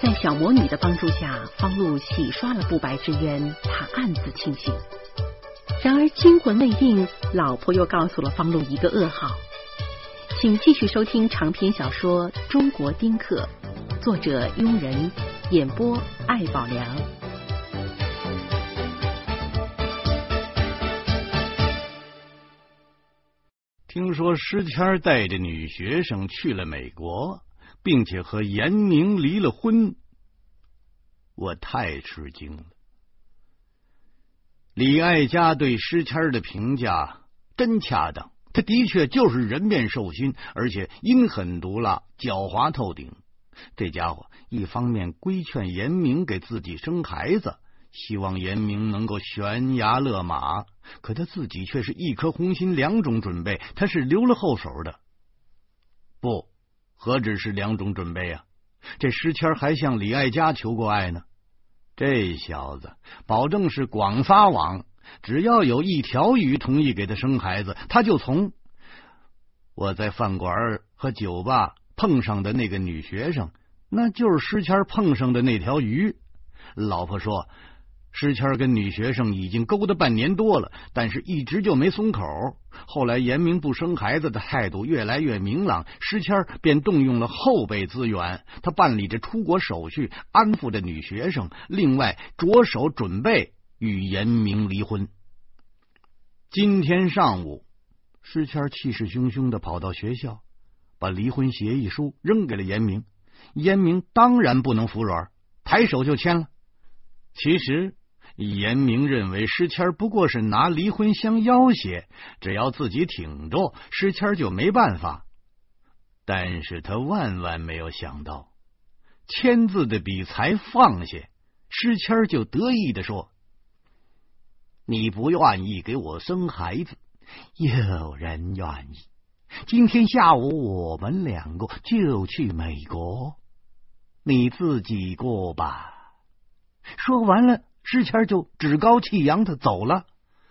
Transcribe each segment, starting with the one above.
在小魔女的帮助下，方露洗刷了不白之冤，他暗自庆幸。然而惊魂未定，老婆又告诉了方露一个噩耗。请继续收听长篇小说《中国丁克》，作者庸人，演播艾宝良。 听说诗谦带着女学生去了美国，并且和严明离了婚，我太吃惊了。李爱家对诗谦的评价真恰当，他的确就是人面兽心，而且阴狠毒辣，狡猾透顶。这家伙一方面规劝严明给自己生孩子，希望严明能够悬崖勒马，可他自己却是一颗红心两种准备，他是留了后手的。不，何止是两种准备啊，这诗谦还向李爱家求过爱呢。这小子保证是广撒网，只要有一条鱼同意给他生孩子，他就从。我在饭馆和酒吧碰上的那个女学生，那就是诗谦碰上的那条鱼。老婆说诗谦跟女学生已经勾搭半年多了，但是一直就没松口。后来严明不生孩子的态度越来越明朗，诗谦便动用了后备资源，他办理着出国手续，安抚着女学生，另外着手准备与严明离婚。今天上午，诗谦气势汹汹地跑到学校，把离婚协议书扔给了严明。严明当然不能服软，抬手就签了。其实严明认为诗谦不过是拿离婚相要挟，只要自己挺着，诗谦就没办法。但是他万万没有想到，签字的笔才放下，诗谦就得意地说：你不愿意给我生孩子，有人愿意。今天下午我们两个就去美国，你自己过吧。说完了，诗谦就趾高气扬的走了。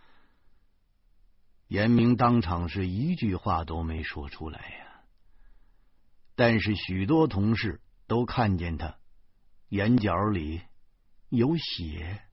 严明当场是一句话都没说出来呀，但是许多同事都看见他眼角里有血。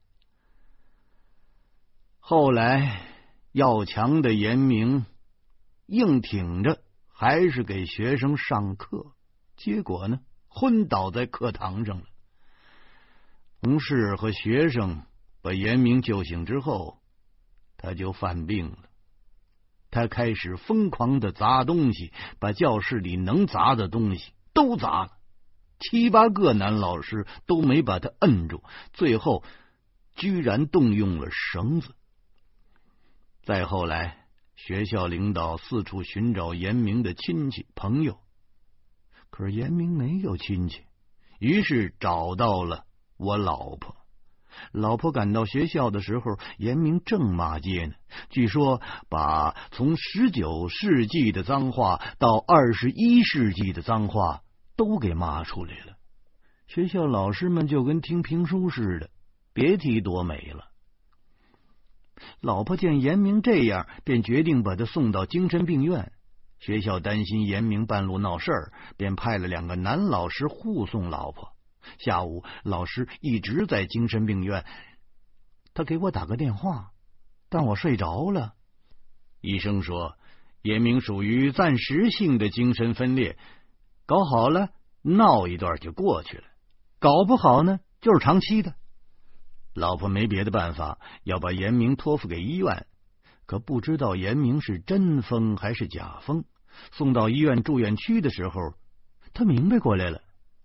后来要强的严明硬挺着，还是给学生上课，结果呢，昏倒在课堂上了。同事和学生把严明救醒之后，他就犯病了。他开始疯狂的砸东西，把教室里能砸的东西都砸了。7、8个男老师都没把他摁住，最后居然动用了绳子。再后来，学校领导四处寻找严明的亲戚朋友，可是严明没有亲戚，于是找到了我老婆。老婆赶到学校的时候，严明正骂街呢，据说把从19世纪的脏话到21世纪的脏话都给骂出来了。学校老师们就跟听评书似的，别提多美了。老婆见严明这样，便决定把他送到精神病院。学校担心严明半路闹事儿，便派了2个男老师护送老婆。下午老师一直在精神病院，他给我打个电话，但我睡着了。医生说严明属于暂时性的精神分裂，搞好了闹一段就过去了，搞不好呢就是长期的。老婆没别的办法，要把严明托付给医院，可不知道严明是真疯还是假疯。送到医院住院区的时候，他明白过来了，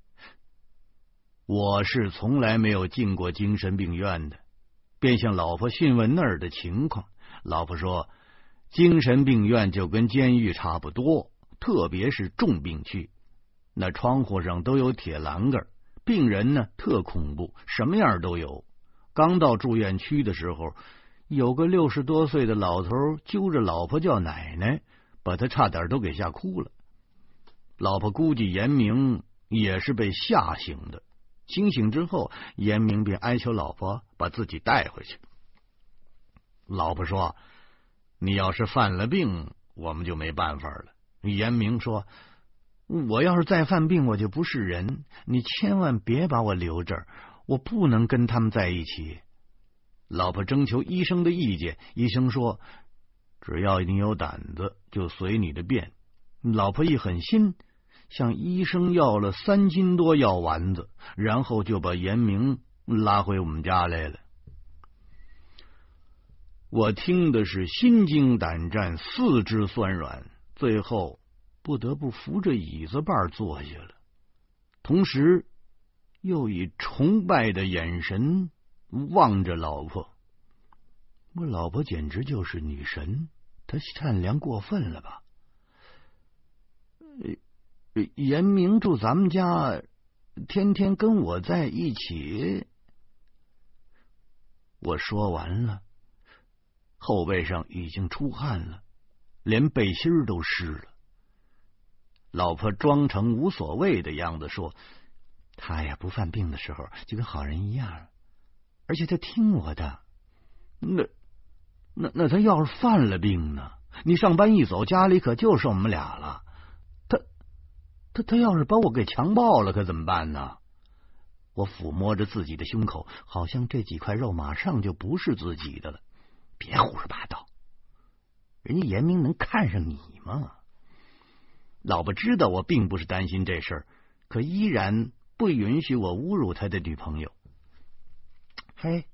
我是从来没有进过精神病院的，便向老婆询问那儿的情况。老婆说精神病院就跟监狱差不多，特别是重病区，那窗户上都有铁栏杆，病人呢特恐怖，什么样都有。刚到住院区的时候，有个60多岁的老头揪着老婆叫奶奶，把他差点都给吓哭了。老婆估计严明也是被吓醒的，清醒之后，严明便哀求老婆把自己带回去。老婆说你要是犯了病，我们就没办法了。严明说我要是再犯病，我就不是人。你千万别把我留这儿，我不能跟他们在一起。老婆征求医生的意见，医生说只要你有胆子，就随你的便。老婆一狠心，向医生要了3斤多药丸子，然后就把严明拉回我们家来了。我听的是心惊胆战，四肢酸软，最后不得不扶着椅子把坐下了，同时又以崇拜的眼神望着老婆。我老婆简直就是女神，她善良过分了吧？严明住咱们家，天天跟我在一起。我说完了，后背上已经出汗了，连背心都湿了。老婆装成无所谓的样子说：“他呀，不犯病的时候就跟好人一样，而且他听我的。那他要是犯了病呢？你上班一走，家里可就剩我们俩了。他要是把我给强暴了，可怎么办呢？”我抚摸着自己的胸口，好像这几块肉马上就不是自己的了。别胡说八道，人家严明能看上你吗？老婆知道我并不是担心这事儿，可依然不允许我侮辱他的女朋友。嘿，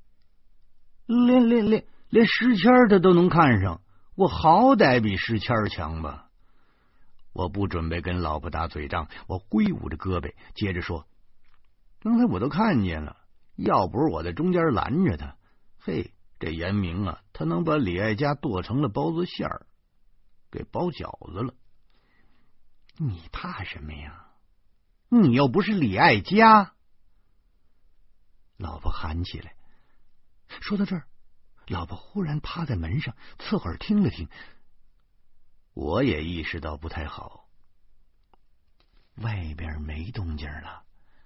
连石谦他都能看上，我好歹比石谦强吧？我不准备跟老婆打嘴仗，我挥舞着胳膊，接着说：“刚才我都看见了，要不是我在中间拦着他，嘿，这严明啊，他能把李爱家剁成了包子馅儿，给包饺子了。你怕什么呀？你又不是李爱家。”老婆喊起来。说到这儿，老婆忽然趴在门上，侧耳听了听。我也意识到不太好，外边没动静了。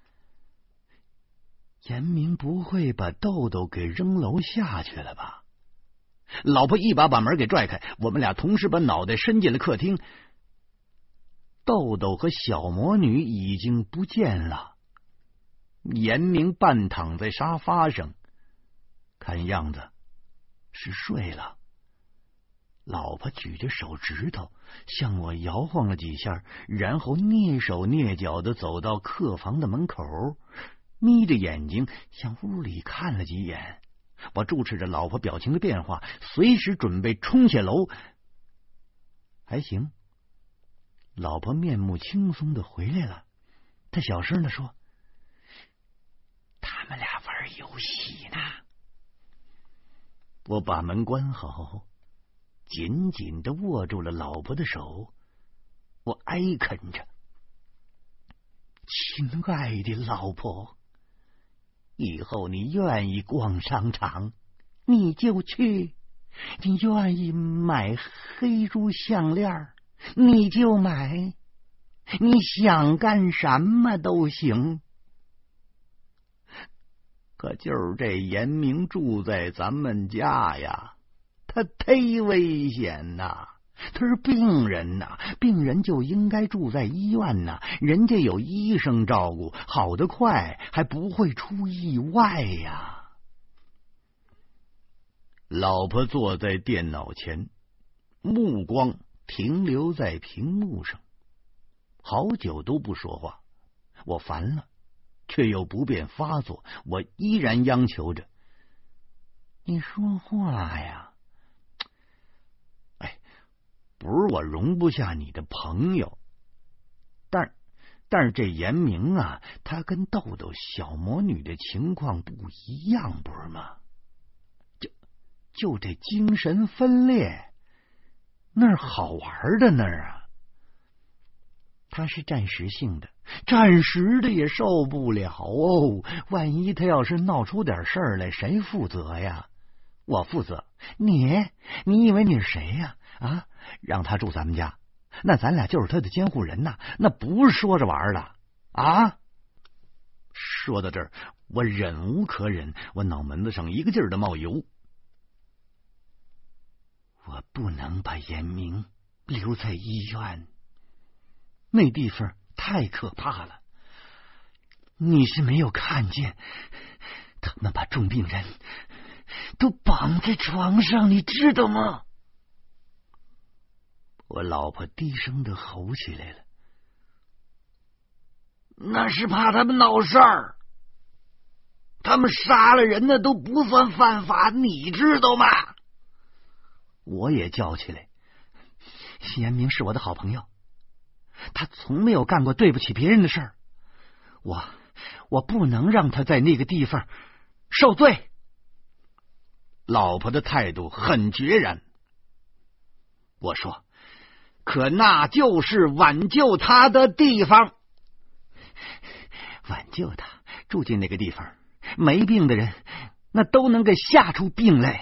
严明不会把豆豆给扔楼下去了吧？老婆一把把门给拽开，我们俩同时把脑袋伸进了客厅。豆豆和小魔女已经不见了，严明半躺在沙发上，看样子是睡了。老婆举着手指头向我摇晃了几下，然后蹑手蹑脚的走到客房的门口，眯着眼睛向屋里看了几眼。我注视着老婆表情的变化，随时准备冲下楼。还行，老婆面目轻松的回来了，她小声的说：“他们俩玩游戏呢。”我把门关好，紧紧的握住了老婆的手，我哀恳着：“亲爱的老婆，以后你愿意逛商场你就去，你愿意买黑珠项链你就买，你想干什么都行。可就是这严明住在咱们家呀，他忒危险呐！他是病人呐，病人就应该住在医院呐，人家有医生照顾，好得快，还不会出意外呀。”老婆坐在电脑前，目光停留在屏幕上，好久都不说话。我烦了，却又不便发作，我依然央求着：“你说话呀！不是我容不下你的朋友，但是这严明啊，他跟豆豆小魔女的情况不一样，不是吗？就这精神分裂，那儿好玩的那儿啊，他是暂时性的，暂时的也受不了哦。万一他要是闹出点事儿来，谁负责呀？我负责。你以为你是谁呀？啊，让他住咱们家，那咱俩就是他的监护人呐，那不是说着玩的啊！”说到这儿，我忍无可忍，我脑门子上一个劲儿的冒油。我不能把严明留在医院， 那地方太可怕了。你是没有看见，他们把重病人都绑在床上，你知道吗？我老婆低声的吼起来了。那是怕他们闹事儿，他们杀了人那都不算犯法，你知道吗？我也叫起来。严明是我的好朋友，他从没有干过对不起别人的事儿，我不能让他在那个地方受罪。老婆的态度很决然。我说，可那就是挽救他的地方。挽救他住进那个地方，没病的人那都能给吓出病来。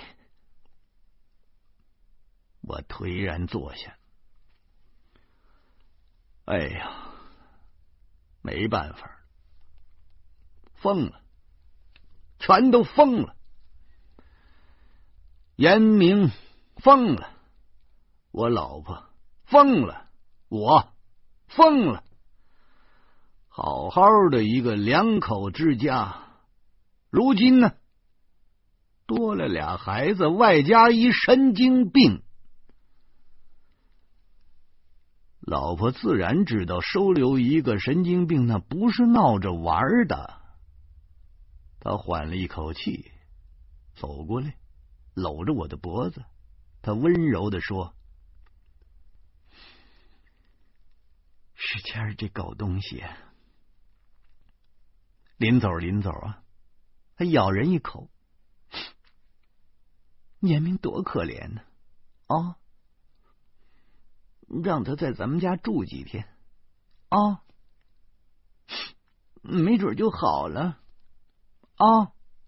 我颓然坐下。哎呀，没办法，疯了，全都疯了。严明疯了，我老婆疯了，我疯了。好好的一个两口之家，如今呢，多了俩孩子，外加一神经病。老婆自然知道收留一个神经病那不是闹着玩的。他缓了一口气，走过来，搂着我的脖子，他温柔的说：“世谦这狗东西，临走啊，还咬人一口。严明多可怜呢！啊！让他在咱们家住几天啊，没准就好了啊。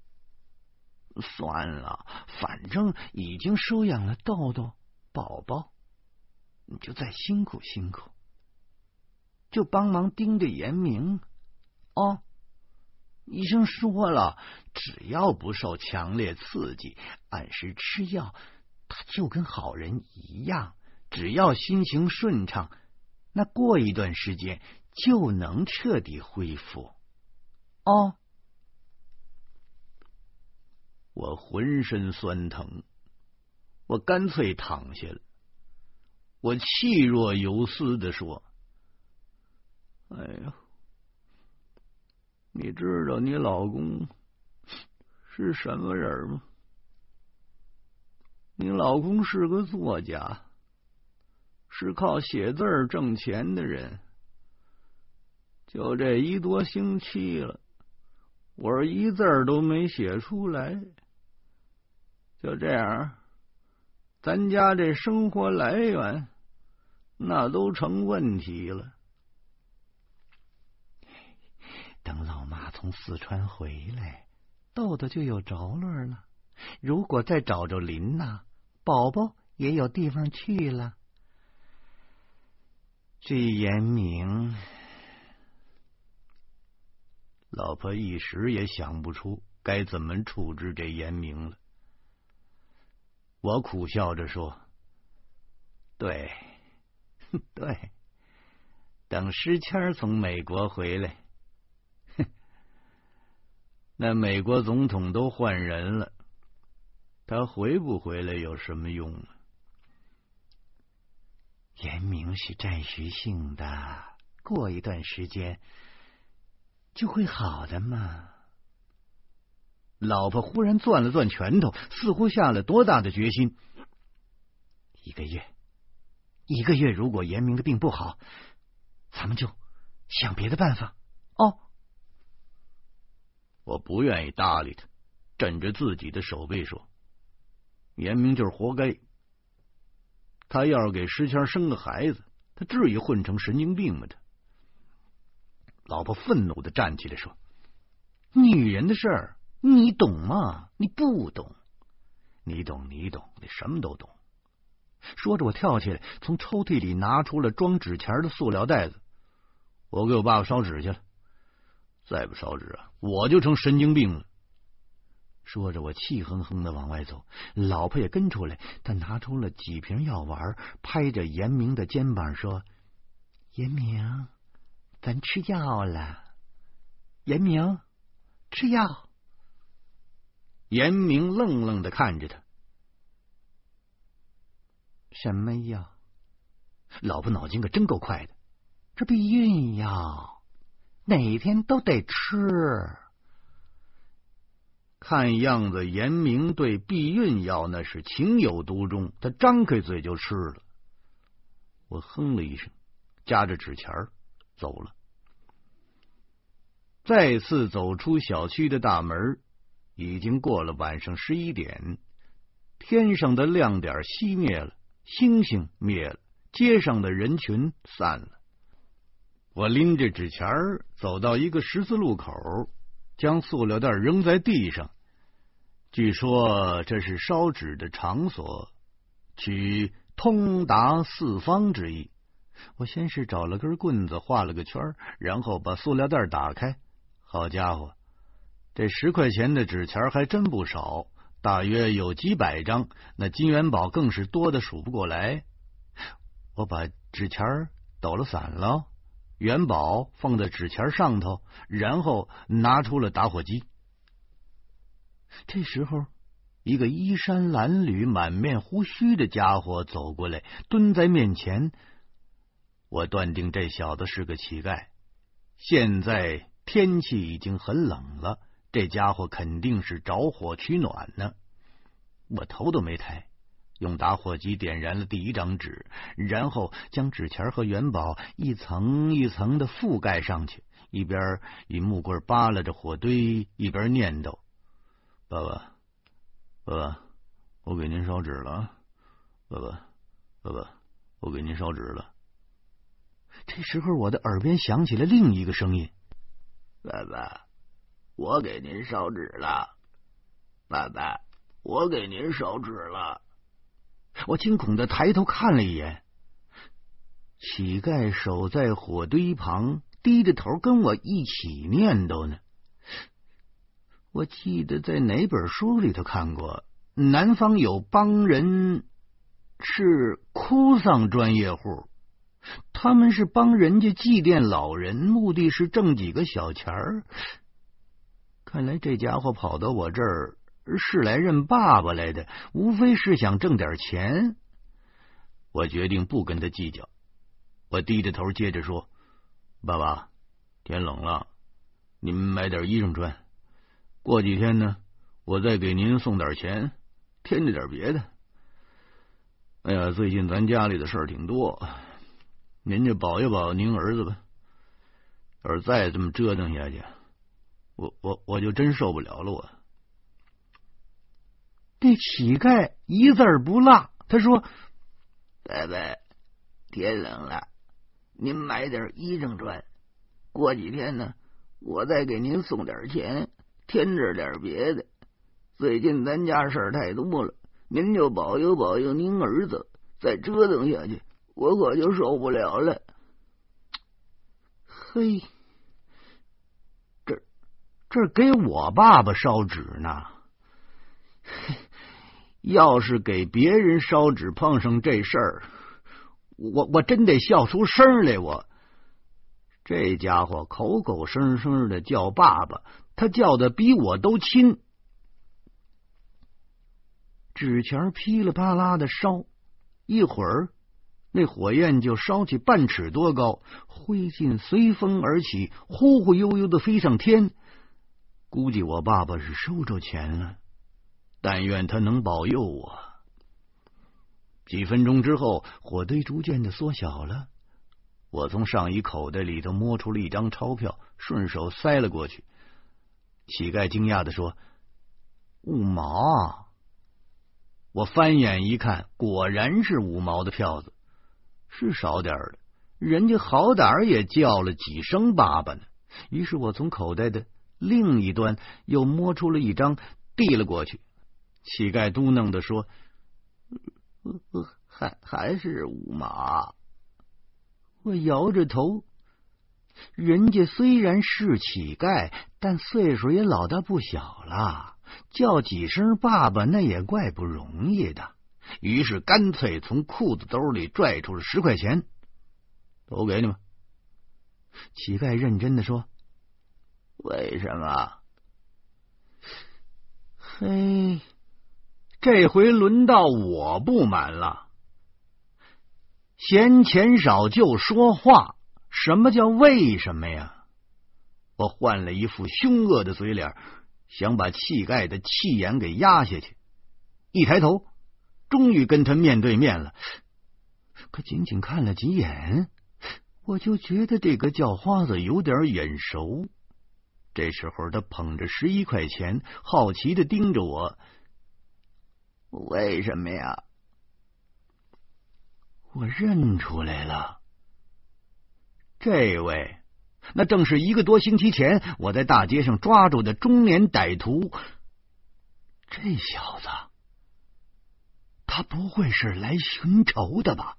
算了，反正已经收养了豆豆宝宝，你就再辛苦辛苦，就帮忙盯着严明啊。医生说了，只要不受强烈刺激，按时吃药，他就跟好人一样。只要心情顺畅，那过一段时间就能彻底恢复。哦，我浑身酸疼，我干脆躺下了。我气若游丝的说：“哎呀，你知道你老公是什么人吗？你老公是个作家。是靠写字挣钱的人，就这1多星期了，我一字都没写出来。就这样，咱家这生活来源那都成问题了。等老妈从四川回来，豆豆就有着落了。如果再找着林娜，宝宝也有地方去了。这严明，老婆一时也想不出该怎么处置这严明了。我苦笑着说：“对，对，等诗谦从美国回来，那美国总统都换人了，他回不回来有什么用啊？”严明是暂时性的，过一段时间就会好的嘛。老婆忽然攥了攥拳头，似乎下了多大的决心。一个月，如果严明的病不好，咱们就想别的办法。哦，我不愿意搭理他，枕着自己的手背说：“严明就是活该。他要是给诗谦生个孩子，他至于混成神经病吗？他。”老婆愤怒的站起来说：“女人的事儿你懂吗？你不懂。你懂，你什么都懂。”说着，我跳起来，从抽屉里拿出了装纸钱的塑料袋子。我给我爸爸烧纸去了，再不烧纸啊，我就成神经病了。说着，我气哼哼的往外走，老婆也跟出来。她拿出了几瓶药丸，拍着严明的肩膀说：“ 严明，咱吃药了。严明，吃药。严明愣愣的看着他。什么药？老婆脑筋可真够快的。这避孕药，哪天都得吃。看样子严明对避孕药那是情有独钟，他张开嘴就吃了。我哼了一声，夹着纸钱走了。再次走出小区的大门，已经过了晚上11点，天上的亮点熄灭了，星星灭了，街上的人群散了。我拎着纸钱走到一个十字路口，将塑料袋扔在地上。据说这是烧纸的场所，取通达四方之意。我先是找了根棍子画了个圈，然后把塑料袋打开。好家伙，这10块钱的纸钱还真不少，大约有几百张，那金元宝更是多的数不过来。我把纸钱抖了散了，元宝放在纸钱上头，然后拿出了打火机。这时候，一个衣衫褴褛、满面胡须的家伙走过来，蹲在面前。我断定这小子是个乞丐。现在天气已经很冷了，这家伙肯定是着火取暖呢。我头都没抬，用打火机点燃了第一张纸，然后将纸钱和元宝一层一层的覆盖上去，一边以木棍扒拉着火堆，一边念叨：爸爸，爸爸，我给您烧纸了。爸爸，爸爸，我给您烧纸了。这时候我的耳边响起了另一个声音： 爸爸，我给您烧纸了。爸爸，我给您烧纸了。 我惊恐的抬头看了一眼，乞丐守在火堆旁，低着头跟我一起念叨呢。我记得在哪本书里头看过，南方有帮人是哭丧专业户，他们是帮人家祭奠老人，目的是挣几个小钱儿。看来这家伙跑到我这儿是来认爸爸来的，无非是想挣点钱。我决定不跟他计较。我低着头接着说：爸爸，天冷了，你们买点衣裳穿。过几天呢，我再给您送点钱，添着点别的。哎呀，最近咱家里的事儿挺多，您就保佑保佑您儿子吧。要是再这么折腾下去，我就真受不了了。我这乞丐一字不落，他说： 爸爸，天冷了，您买点衣裳穿。过几天呢，我再给您送点钱，添着点别的。最近咱家事儿太多了，您就保佑保佑您儿子。再折腾下去，我可就受不了了。 嘿，这给我爸爸烧纸呢。要是给别人烧纸碰上这事儿，我真得笑出声来。这家伙口口声声的叫爸爸，他叫的比我都亲。纸钱噼里啪啦的烧，一会儿那火焰就烧起半尺多高，灰烬随风而起，忽忽悠悠的飞上天。估计我爸爸是收着钱了，但愿他能保佑我。几分钟之后，火堆逐渐的缩小了。我从上衣口袋里头摸出了一张钞票，顺手塞了过去。乞丐惊讶的说：5毛。我翻眼一看，果然是5毛的票子，是少点的，人家好歹也叫了几声爸爸呢。于是我从口袋的另一端又摸出了一张，递了过去。乞丐嘟囔的说： 还是5毛。 我摇着头，人家虽然是乞丐，但岁数也老大不小了，叫几声爸爸那也怪不容易的。于是干脆从裤子兜里拽出了10块钱，都给你们， 乞丐认真的说：“ 为什么？” 嘿，这回轮到我不满了。嫌钱少就说话，什么叫为什么呀？我换了一副凶恶的嘴脸，想把乞丐的气焰给压下去。一抬头，终于跟他面对面了。可仅仅看了几眼，我就觉得这个叫花子有点眼熟。这时候他捧着11块钱，好奇的盯着我。 为什么呀？ 我认出来了，这位那正是1个多星期前我在大街上抓住的中年歹徒。这小子，他不会是来寻仇的吧？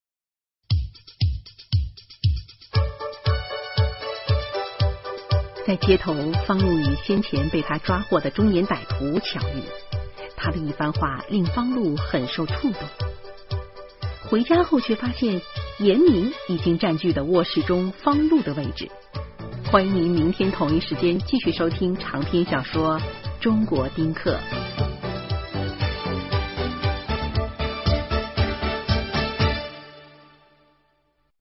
在街头，方路与先前被他抓获的中年歹徒巧遇，他的一番话令方路很受触动。回家后却发现严明已经占据了卧室中方路的位置。欢迎您明天同一时间继续收听长篇小说《中国丁克》。